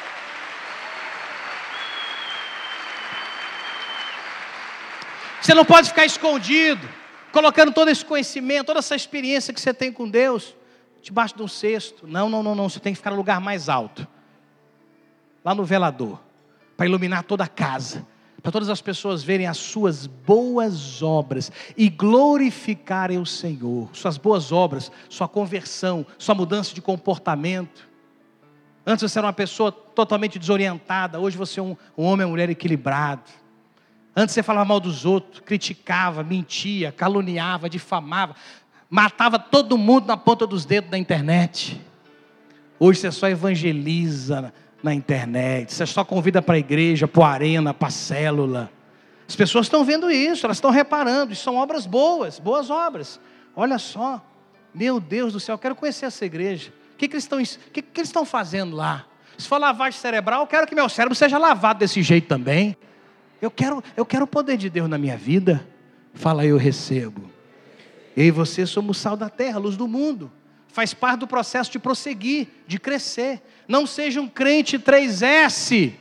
Você não pode ficar escondido, colocando todo esse conhecimento, toda essa experiência que você tem com Deus, debaixo de um cesto. Não, não, não, não. Você tem que ficar no lugar mais alto. Lá no velador. Para iluminar toda a casa. Para todas as pessoas verem as suas boas obras e glorificarem o Senhor. Suas boas obras, sua conversão, sua mudança de comportamento. Antes você era uma pessoa totalmente desorientada, hoje você é um, um homem e uma mulher equilibrado. Antes você falava mal dos outros, criticava, mentia, caluniava, difamava, matava todo mundo na ponta dos dedos da internet. Hoje você só evangeliza na internet, você só convida para a igreja, para a arena, para a célula. As pessoas estão vendo isso, elas estão reparando, isso são obras boas, boas obras. Olha só, meu Deus do céu, eu quero conhecer essa igreja. O que, que, eles, estão, que, que eles estão fazendo lá? Se for lavagem cerebral, eu quero que meu cérebro seja lavado desse jeito também. Eu quero, eu quero o poder de Deus na minha vida. Fala, eu recebo. Eu e você somos sal da terra, luz do mundo. Faz parte do processo de prosseguir, de crescer. Não seja um crente três S.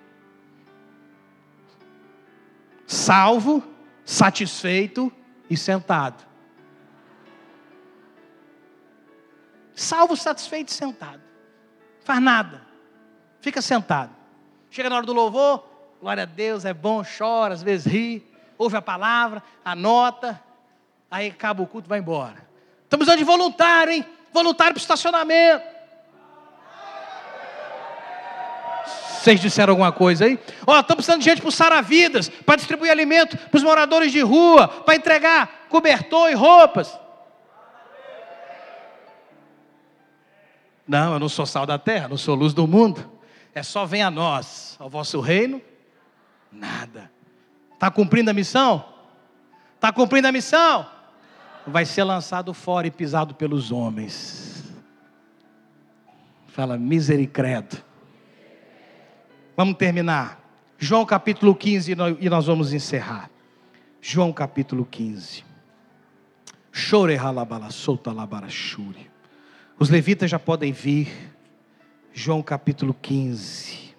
Salvo, satisfeito e sentado. Salvo, satisfeito e sentado. Faz nada. Fica sentado. Chega na hora do louvor, glória a Deus, é bom, chora, às vezes ri, ouve a palavra, anota, aí acaba o culto e vai embora. Estamos precisando de voluntário, hein? Voluntário para o estacionamento. Vocês disseram alguma coisa aí? Ó, estamos precisando de gente para o Saravidas, para distribuir alimento para os moradores de rua, para entregar cobertor e roupas. Não, eu não sou sal da terra, não sou luz do mundo. É só venha a nós, ao vosso reino, nada. Está cumprindo a missão? Está cumprindo a missão? Vai ser lançado fora e pisado pelos homens. Fala, misericredo. Vamos terminar. João capítulo quinze e nós vamos encerrar. João capítulo quinze. Chore halabala, solta labarachuri. Os levitas já podem vir. João capítulo quinze.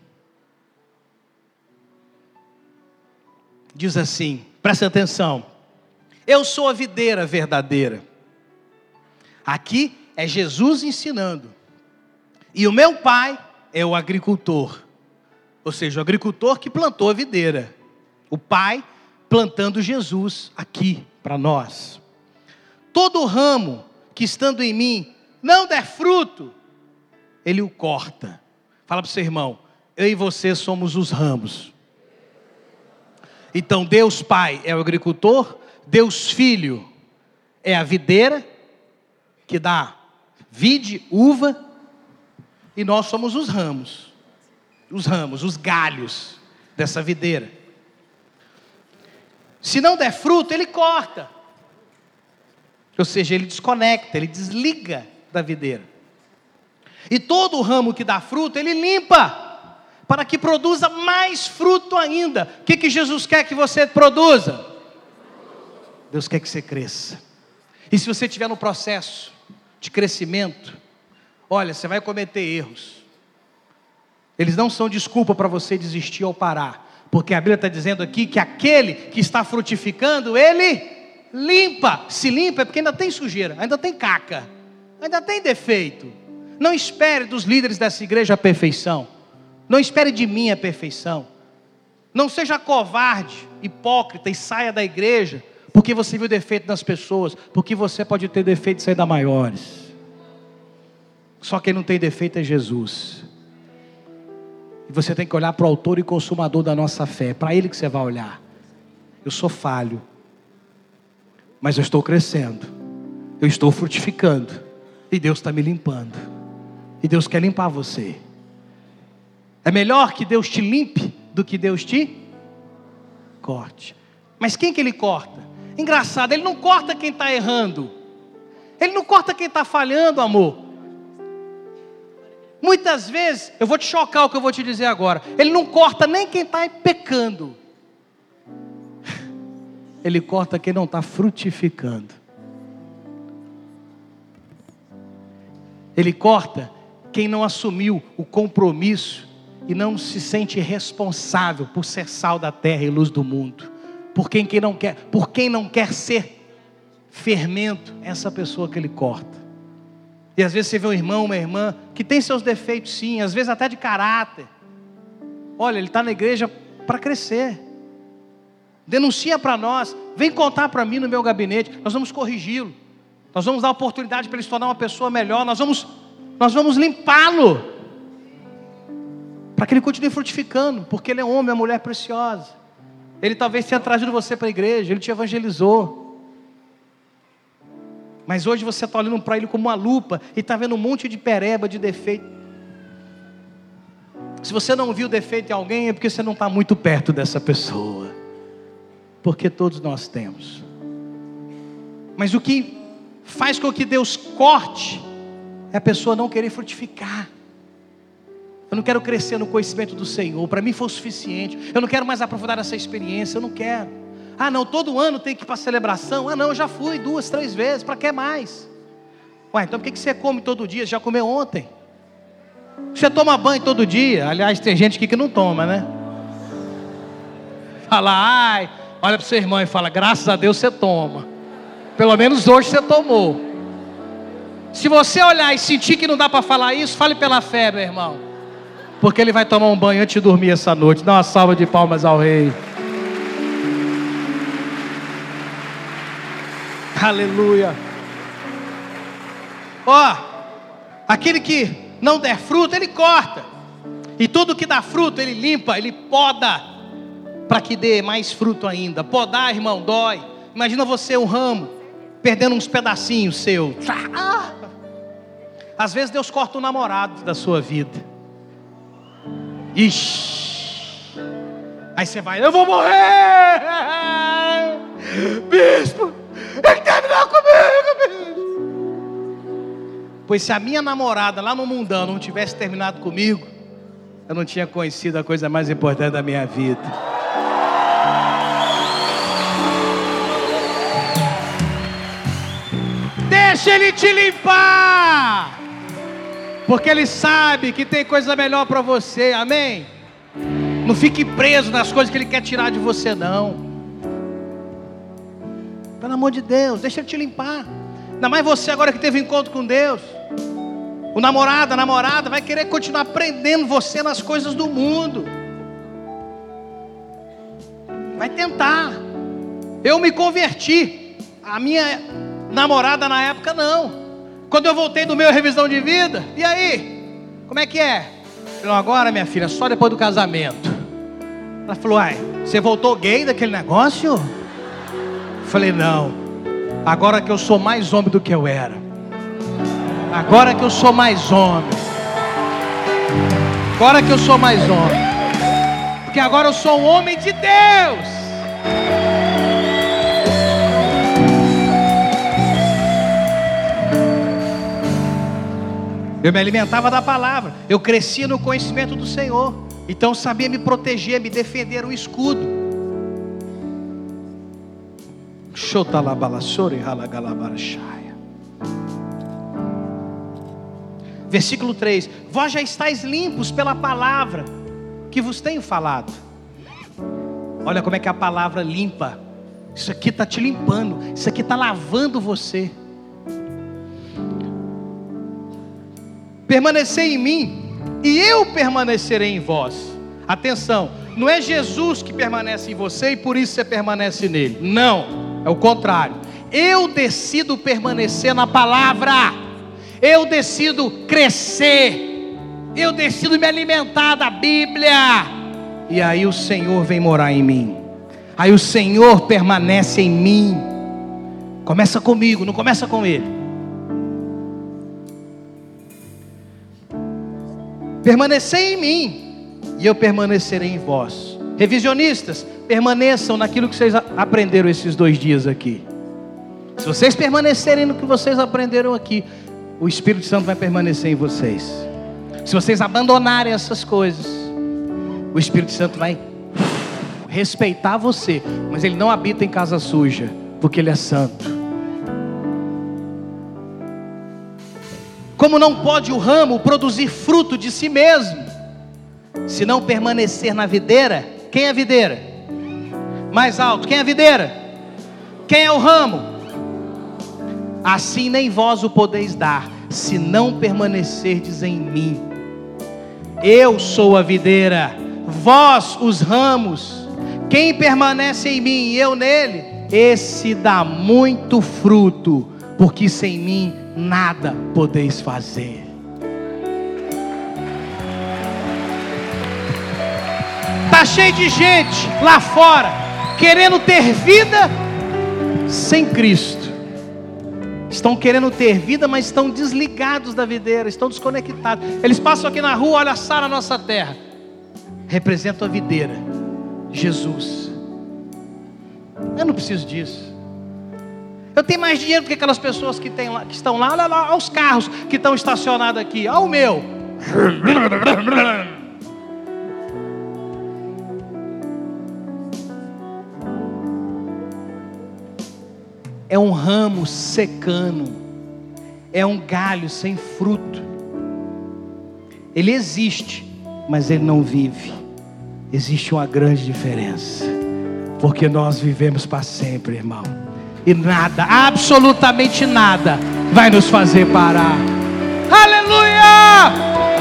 Diz assim, presta atenção. Eu sou a videira verdadeira. Aqui é Jesus ensinando. E o meu pai é o agricultor. Ou seja, o agricultor que plantou a videira. O pai plantando Jesus aqui para nós. Todo ramo que estando em mim não der fruto, ele o corta. Fala para o seu irmão, eu e você somos os ramos. Então Deus Pai é o agricultor, Deus Filho é a videira, que dá vide, uva, e nós somos os ramos. Os ramos, os galhos dessa videira. Se não der fruto, ele corta. Ou seja, ele desconecta, ele desliga da videira. E todo ramo que dá fruto, ele limpa, para que produza mais fruto ainda. O que, que Jesus quer que você produza? Deus quer que você cresça. E se você estiver no processo de crescimento, olha, você vai cometer erros. Eles não são desculpa para você desistir ou parar. Porque a Bíblia está dizendo aqui que aquele que está frutificando, ele limpa. Se limpa é porque ainda tem sujeira, ainda tem caca, ainda tem defeito. Não espere dos líderes dessa igreja a perfeição. Não espere de mim a perfeição. Não seja covarde, hipócrita e saia da igreja porque você viu defeito nas pessoas. Porque você pode ter defeitos ainda maiores. Só quem não tem defeito é Jesus. E você tem que olhar para o autor e consumador da nossa fé. É para ele que você vai olhar. Eu sou falho, mas eu estou crescendo. Eu estou frutificando. E Deus está me limpando. E Deus quer limpar você. É melhor que Deus te limpe do que Deus te corte. Mas quem que ele corta? Engraçado, ele não corta quem está errando. Ele não corta quem está falhando, amor. Muitas vezes, eu vou te chocar o que eu vou te dizer agora. Ele não corta nem quem está pecando. Ele corta quem não está frutificando. Ele corta quem não assumiu o compromisso e não se sente responsável por ser sal da terra e luz do mundo. Por quem, quem não quer, por quem não quer ser fermento, essa pessoa que ele corta. E às vezes você vê um irmão, uma irmã, que tem seus defeitos sim, às vezes até de caráter. Olha, ele está na igreja para crescer. Denuncia para nós, vem contar para mim no meu gabinete, nós vamos corrigi-lo. Nós vamos dar oportunidade para ele se tornar uma pessoa melhor, nós vamos, nós vamos limpá-lo. Para que ele continue frutificando, porque ele é um homem, uma mulher preciosa. Ele talvez tenha trazido você para a igreja, ele te evangelizou. Mas hoje você está olhando para ele como uma lupa e está vendo um monte de pereba, de defeito. Se você não viu defeito em alguém, é porque você não está muito perto dessa pessoa. Porque todos nós temos. Mas o que faz com que Deus corte é a pessoa não querer frutificar. Eu não quero crescer no conhecimento do Senhor, para mim foi o suficiente. Eu não quero mais aprofundar essa experiência, eu não quero. Ah não, todo ano tem que ir para a celebração. Ah não, eu já fui duas, três vezes, para que mais? Ué, então por que você come todo dia? Já comeu ontem? Você toma banho todo dia? Aliás, tem gente aqui que não toma, né? Fala, ai, olha para o seu irmão e fala, graças a Deus você toma. Pelo menos hoje você tomou. Se você olhar e sentir que não dá para falar isso, fale pela fé, meu irmão. Porque ele vai tomar um banho antes de dormir essa noite. Dá uma salva de palmas ao rei. Aleluia. Ó, aquele que não der fruto, ele corta. E tudo que dá fruto, ele limpa, ele poda, para que dê mais fruto ainda. Podar, irmão, dói. Imagina você, um ramo, perdendo uns pedacinhos seus. Ah! Às vezes Deus corta o namorado da sua vida. Ixi. Aí você vai, eu vou morrer. Bispo, ele terminou comigo, bispo. Pois se a minha namorada lá no mundão não tivesse terminado comigo, eu não tinha conhecido a coisa mais importante da minha vida. Deixa Ele te limpar, porque Ele sabe que tem coisa melhor para você, amém? Não fique preso nas coisas que Ele quer tirar de você, não. Pelo amor de Deus, deixa Ele te limpar. Ainda mais você agora que teve encontro com Deus. O namorado, a namorada vai querer continuar prendendo você nas coisas do mundo. Vai tentar. Eu me converti. A minha namorada na época não. Quando eu voltei do meu revisão de vida, e aí? Como é que é? Falei, agora minha filha, só depois do casamento. Ela falou, ai, você voltou gay daquele negócio? Falei, não. Agora que eu sou mais homem do que eu era. Agora que eu sou mais homem. Agora que eu sou mais homem. Porque agora eu sou um homem de Deus. Eu me alimentava da palavra. Eu crescia no conhecimento do Senhor. Então eu sabia me proteger, me defender, o escudo. Versículo três. Vós já estáis limpos pela palavra que vos tenho falado. Olha como é que a palavra limpa. Isso aqui está te limpando. Isso aqui está lavando você. Permanecei em mim e eu permanecerei em vós. Atenção, não é Jesus que permanece em você e por isso você permanece nele. Não, é o contrário. Eu decido permanecer na palavra. Eu decido crescer. Eu decido me alimentar da Bíblia. E aí o Senhor vem morar em mim. Aí o Senhor permanece em mim. Começa comigo, não começa com ele. Permanecei em mim e eu permanecerei em vós. Revisionistas, permaneçam naquilo que vocês aprenderam esses dois dias aqui. Se vocês permanecerem no que vocês aprenderam aqui, o Espírito Santo vai permanecer em vocês. Se vocês abandonarem essas coisas, o Espírito Santo vai respeitar você, mas ele não habita em casa suja, porque ele é santo. Como não pode o ramo produzir fruto de si mesmo, se não permanecer na videira? Quem é a videira? Mais alto, quem é a videira? Quem é o ramo? Assim nem vós o podeis dar, se não permanecerdes em mim. Eu sou a videira, vós os ramos. Quem permanece em mim e eu nele, esse dá muito fruto, porque sem mim nada podeis fazer. Está cheio de gente lá fora querendo ter vida sem Cristo. Estão querendo ter vida, mas estão desligados da videira, estão desconectados. Eles passam aqui na rua, olha a sal na nossa terra. Representa a videira, Jesus. Eu não preciso disso. Eu tenho mais dinheiro do que aquelas pessoas que, tem lá, que estão lá. Olha lá, olha os carros que estão estacionados aqui. Olha o meu. É um ramo secando. É um galho sem fruto. Ele existe, mas ele não vive. Existe uma grande diferença. Porque nós vivemos para sempre, irmão. E nada, absolutamente nada, vai nos fazer parar. Aleluia!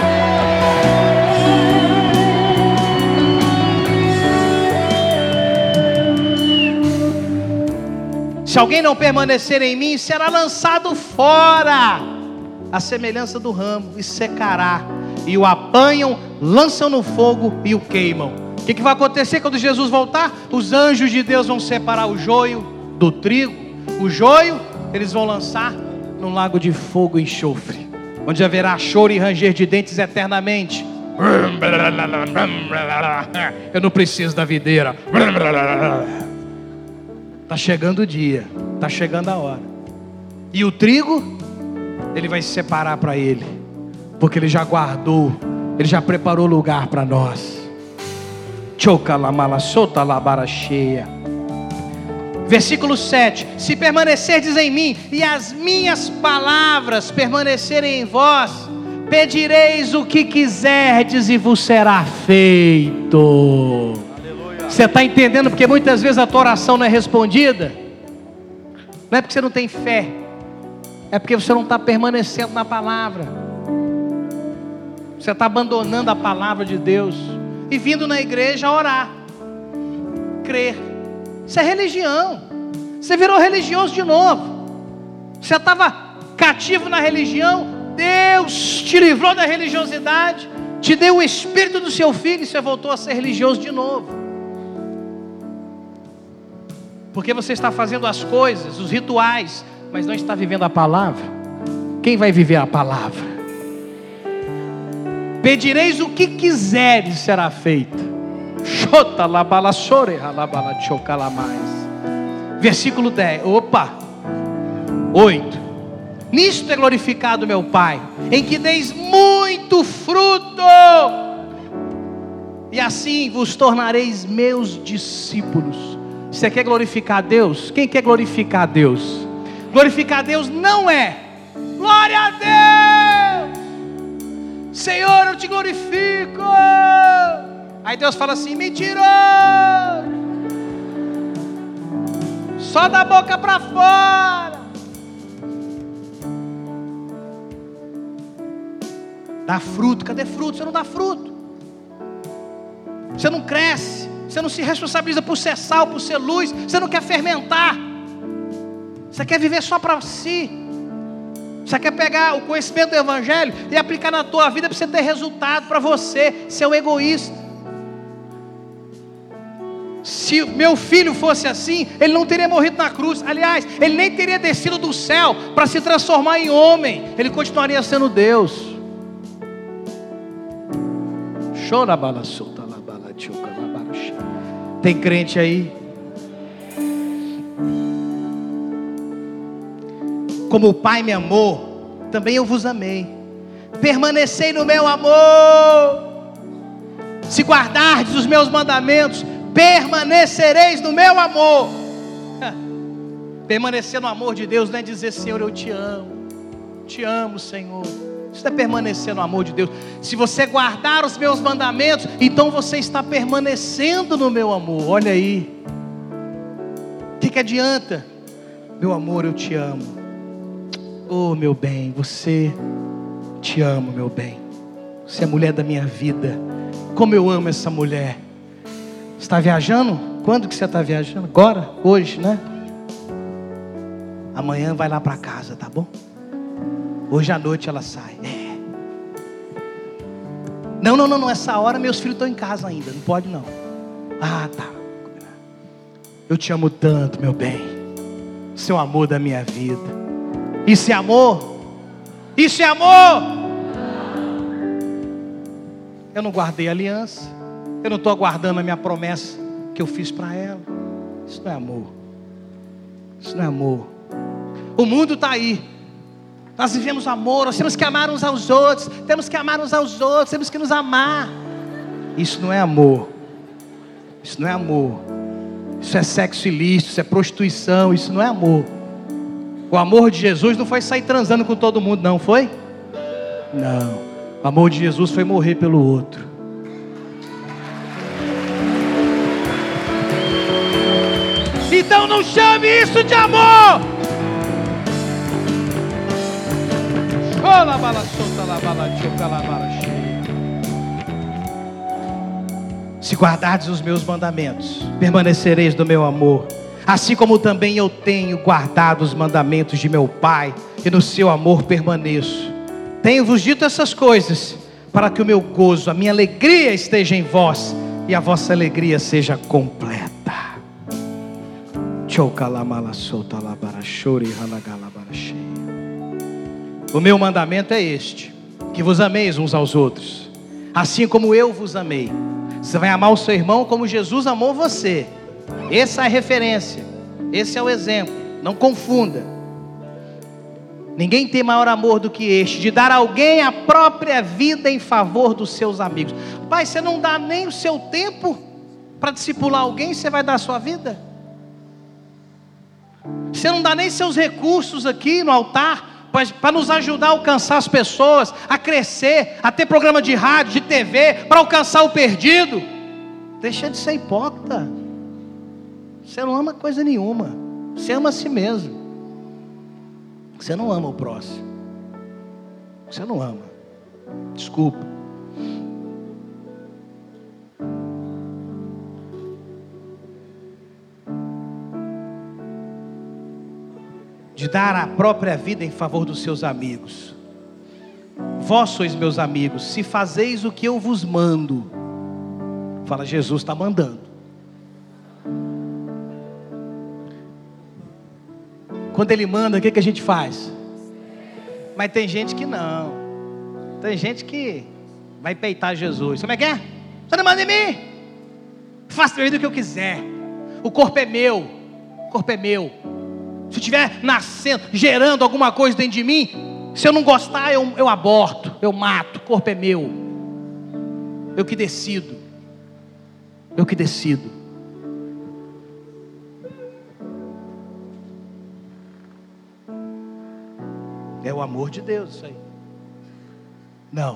Se alguém não permanecer em mim, será lançado fora, a semelhança do ramo, e secará. E o apanham, lançam no fogo e o queimam. O que, que vai acontecer quando Jesus voltar? Os anjos de Deus vão separar o joio do trigo. O joio eles vão lançar num lago de fogo e enxofre, onde haverá choro e ranger de dentes eternamente. Eu não preciso da videira. Está chegando o dia, está chegando a hora. E o trigo, ele vai se separar para ele, porque ele já guardou, ele já preparou lugar para nós. Choca la mala, solta la bara cheia. Versículo sete: se permanecerdes em mim e as minhas palavras permanecerem em vós, pedireis o que quiserdes e vos será feito. Aleluia. Você está entendendo porque muitas vezes a tua oração não é respondida? Não é porque você não tem fé, é porque você não está permanecendo na palavra. Você está abandonando a palavra de Deus e vindo na igreja orar, crer. Isso é religião. Você virou religioso de novo. Você estava cativo na religião, Deus te livrou da religiosidade, te deu o espírito do seu filho e você voltou a ser religioso de novo. Porque você está fazendo as coisas, os rituais, mas não está vivendo a palavra. Quem vai viver a palavra? Pedireis o que quiseres, será feito. Versículo dez, opa, oito. Nisto é glorificado meu Pai, em que deis muito fruto, e assim vos tornareis meus discípulos. Você quer glorificar a Deus? Quem quer glorificar a Deus? Glorificar a Deus não é glória a Deus, Senhor, eu te glorifico. Aí Deus fala assim: mentiroso, só da boca para fora. Dá fruto, cadê fruto? Você não dá fruto, você não cresce, você não se responsabiliza por ser sal, por ser luz, você não quer fermentar, você quer viver só para si, você quer pegar o conhecimento do Evangelho e aplicar na tua vida para você ter resultado para você, ser um egoísta. Se meu filho fosse assim, ele não teria morrido na cruz. Aliás, ele nem teria descido do céu para se transformar em homem. Ele continuaria sendo Deus. Tem crente aí? Como o Pai me amou, também eu vos amei. Permanecei no meu amor. Se guardardes os meus mandamentos, permanecereis no meu amor. Permanecer no amor de Deus não é dizer: Senhor, eu te amo, te amo, Senhor. Isso é permanecer no amor de Deus. Se você guardar os meus mandamentos, então você está permanecendo no meu amor. Olha aí, o que, que adianta? Meu amor, eu te amo. Oh, meu bem, você, te amo, meu bem. Você é a mulher da minha vida. Como eu amo essa mulher. Está viajando? Quando que você está viajando? Agora? Hoje, né? Amanhã vai lá para casa, tá bom? Hoje à noite ela sai. É. Não, não, não, não. Essa hora meus filhos estão em casa ainda. Não pode não. Ah, tá. Eu te amo tanto, meu bem. Seu amor da minha vida. Isso é amor? Isso é amor? Eu não guardei aliança. Eu não estou aguardando a minha promessa que eu fiz para ela. Isso não é amor. Isso não é amor. O mundo está aí. Nós vivemos amor. Nós temos que amar uns aos outros. Temos que amar uns aos outros. Temos que nos amar. Isso não é amor. Isso não é amor. Isso é sexo ilícito. Isso é prostituição. Isso não é amor. O amor de Jesus não foi sair transando com todo mundo, não foi? Não. O amor de Jesus foi morrer pelo outro. Então não chame isso de amor. Se guardardes os meus mandamentos, permanecereis no meu amor, assim como também eu tenho guardado os mandamentos de meu Pai, e no seu amor permaneço. Tenho-vos dito essas coisas, para que o meu gozo, a minha alegria esteja em vós, e a vossa alegria seja completa. O meu mandamento é este: que vos ameis uns aos outros, assim como eu vos amei. Você vai amar o seu irmão como Jesus amou você. Essa é a referência, esse é o exemplo. Não confunda. Ninguém tem maior amor do que este, de dar a alguém a própria vida em favor dos seus amigos. Pai, você não dá nem o seu tempo para discipular alguém, você vai dar a sua vida? Você não dá nem seus recursos aqui no altar para nos ajudar a alcançar as pessoas, a crescer, a ter programa de rádio, de T V, para alcançar o perdido. Deixa de ser hipócrita. Você não ama coisa nenhuma. Você ama a si mesmo. Você não ama o próximo. Você não ama. Desculpa. De dar a própria vida em favor dos seus amigos. Vós sois meus amigos, se fazeis o que eu vos mando. Fala, Jesus está mandando. Quando Ele manda, o que, que a gente faz? Mas tem gente que não. Tem gente que vai peitar Jesus. Como é que é? Você não manda em mim. Faça do que eu quiser. O corpo é meu. O corpo é meu. Se estiver nascendo, gerando alguma coisa dentro de mim, se eu não gostar, eu, eu aborto, eu mato. O corpo é meu. Eu que decido. Eu que decido. É o amor de Deus isso aí. Não.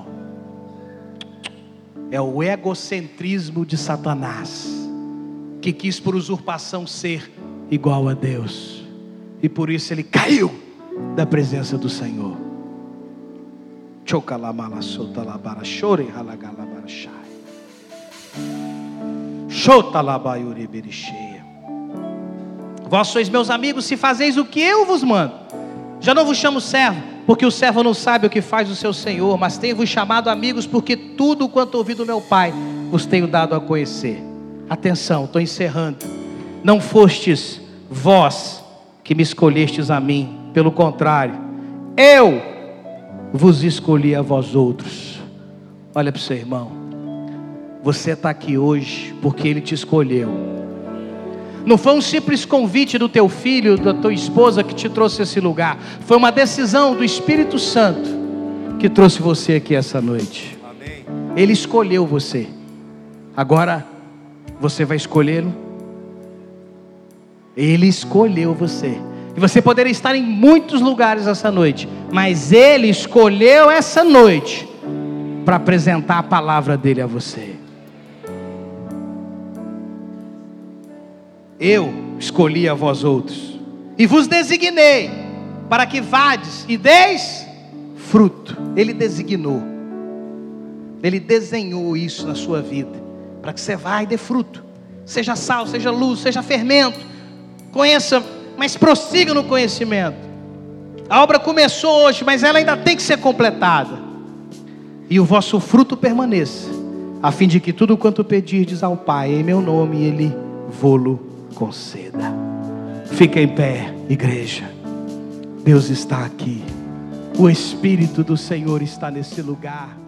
É o egocentrismo de Satanás, que quis por usurpação ser igual a Deus. E por isso ele caiu da presença do Senhor. Vós sois meus amigos se fazeis o que eu vos mando. Já não vos chamo servo, porque o servo não sabe o que faz o seu senhor, mas tenho-vos chamado amigos, porque tudo quanto ouvi do meu Pai vos tenho dado a conhecer. Atenção, estou encerrando. Não fostes vós que me escolhestes a mim, pelo contrário, eu vos escolhi a vós outros. Olha para o seu irmão, você está aqui hoje porque Ele te escolheu. Não foi um simples convite do teu filho, da tua esposa que te trouxe a esse lugar. Foi uma decisão do Espírito Santo que trouxe você aqui essa noite. Amém. Ele escolheu você. Agora você vai escolhê-lo. Ele escolheu você. E você poderia estar em muitos lugares essa noite, mas Ele escolheu essa noite para apresentar a palavra dele a você. Eu escolhi a vós outros e vos designei para que vades e deis fruto. Ele designou. Ele desenhou isso na sua vida, para que você vá e dê fruto. Seja sal, seja luz, seja fermento. Conheça, mas prossiga no conhecimento. A obra começou hoje, mas ela ainda tem que ser completada. E o vosso fruto permaneça, a fim de que tudo quanto pedirdes ao Pai em meu nome, Ele vô-lo conceda. Fica em pé, igreja. Deus está aqui. O Espírito do Senhor está nesse lugar.